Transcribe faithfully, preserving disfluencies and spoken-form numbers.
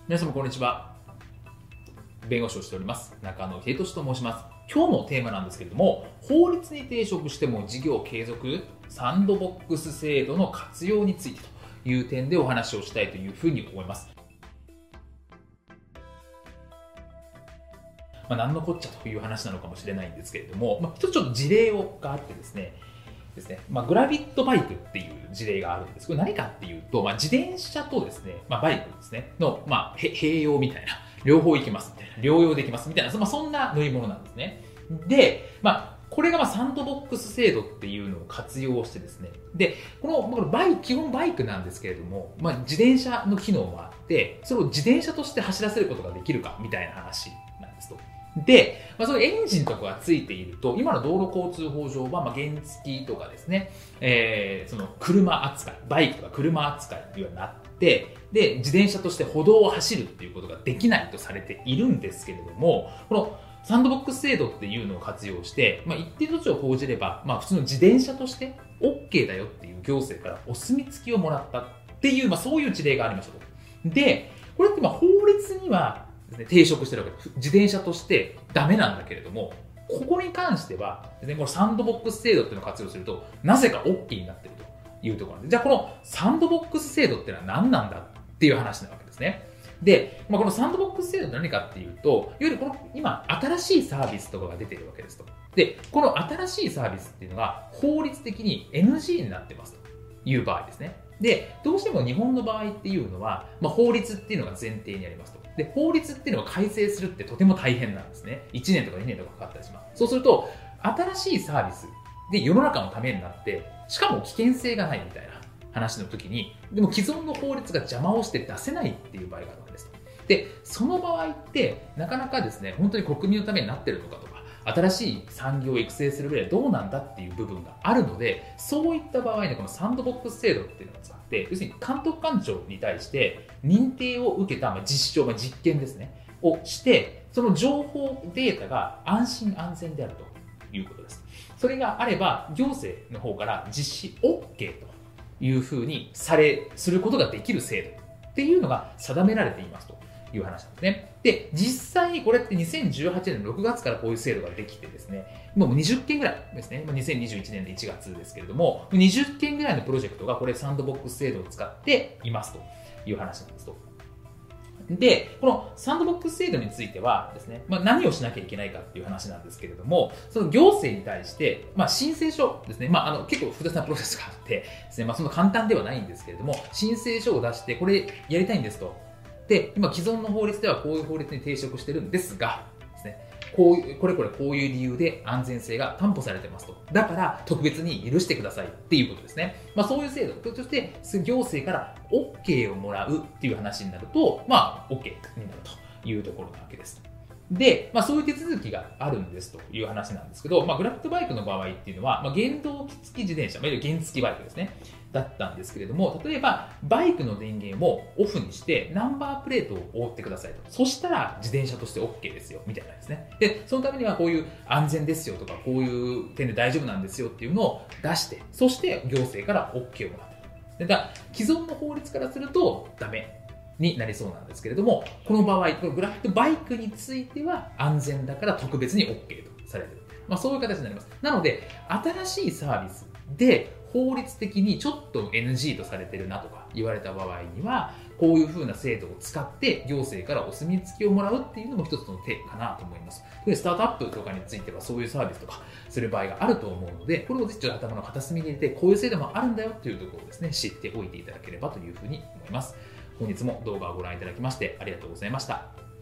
皆様こんにちは。弁護士をしております中野秀俊と申します。今日のテーマなんですけれども、法律に抵触しても事業継続サンドボックス制度の活用についてという点でお話をしたいというふうに思います。まあ、何のこっちゃという話なのかもしれないんですけれども、まあ、一つちょっと事例をがあってですねですね、まあ、グラビットバイクっていう事例があるんです。これ何かっていうと、まあ、自転車とですね、まあ、バイクですねの、まあ、併用みたいな、両方行きますみたいな、両用できますみたいな、まあ、そんな乗り物なんですね。で、まあ、これがまあサンドボックス制度っていうのを活用してですね、で、このこのバイ基本バイクなんですけれども、まあ、自転車の機能もあって、それを自転車として走らせることができるかみたいな話なんですと。で、まあ、そのエンジンとかがついていると、今の道路交通法上は、まあ、原付とかですね、えー、その車扱い、バイクとか車扱いにはなって、で、自転車として歩道を走るっていうことができないとされているんですけれども、このサンドボックス制度っていうのを活用して、まあ、一定措置を講じれば、まあ、普通の自転車として OK だよっていう行政からお墨付きをもらったっていう、まあ、そういう事例がありましたと。で、これってまあ法律には抵触してるわけです。自転車としてダメなんだけれども、ここに関しては、ね、このサンドボックス制度っていうのを活用すると、なぜか OK になっているというところなんで、じゃあこのサンドボックス制度っていうのは何なんだっていう話なわけですね。で、まあ、このサンドボックス制度って何かっていうと、いわゆるこの今、新しいサービスとかが出ているわけですと。で、この新しいサービスっていうのが法律的に エヌジー になってますという場合ですね。で、どうしても日本の場合っていうのは、まあ、法律っていうのが前提にありますと。で、法律っていうのを改正するってとても大変なんですね。いちねんとかにねんとかかかったりします。そうすると、新しいサービスで世の中のためになって、しかも危険性がないみたいな話の時に、でも既存の法律が邪魔をして出せないっていう場合があるわけですと。で、その場合って、なかなかですね、本当に国民のためになってるのかとか、新しい産業を育成する上でどうなんだっていう部分があるので、そういった場合にこのサンドボックス制度っていうのを使って、要するに監督官庁に対して認定を受けた実証、まあ、実験ですね、をして、その情報データが安心安全であるということです。それがあれば、行政の方から実施 OK というふうにされ、することができる制度っていうのが定められていますという話なんですね。で、実際にこれってにせんじゅうはちねんのろくがつからこういう制度ができてですね、もうにじゅっけんぐらいですね、にせんにじゅういちねんのいちがつですけれども、にじゅっけんぐらいのプロジェクトがこれサンドボックス制度を使っていますという話なんですと。で、このサンドボックス制度についてはですね、まあ、何をしなきゃいけないかっていう話なんですけれども、その行政に対して、まあ、申請書ですね、まあ、あの結構複雑なプロセスがあってですね、まあ、その簡単ではないんですけれども、申請書を出して、これやりたいんですと。で、今既存の法律ではこういう法律に抵触してるんですが、ですね、こういう、これこれこういう理由で安全性が担保されてますと。だから特別に許してくださいっていうことですね。まあそういう制度として、行政から OK をもらうっていう話になると、まあ OK になるというところなわけです。で、まあそういう手続きがあるんですという話なんですけど、まあグラフィットバイクの場合っていうのは、まあ原動機付き自転車、まあ原付バイクですね。だったんですけれども、例えばバイクの電源をオフにしてナンバープレートを覆ってくださいと。そしたら自転車として OK ですよみたいなですね。で、そのためにはこういう安全ですよとか、こういう点で大丈夫なんですよっていうのを出して、そして行政から OK をもらってる。だから既存の法律からするとダメになりそうなんですけれども、この場合、このグラフィットバイクについては安全だから特別に OK とされている。まあそういう形になります。なので、新しいサービスで法律的にちょっと エヌジー とされてるなとか言われた場合には、こういう風な制度を使って行政からお墨付きをもらうっていうのも一つの手かなと思います。で、スタートアップとかについてはそういうサービスとかする場合があると思うので、これをぜひちょっと頭の片隅に入れて、こういう制度もあるんだよっていうところをですね、知っておいていただければというふうに思います。本日も動画をご覧いただきましてありがとうございました。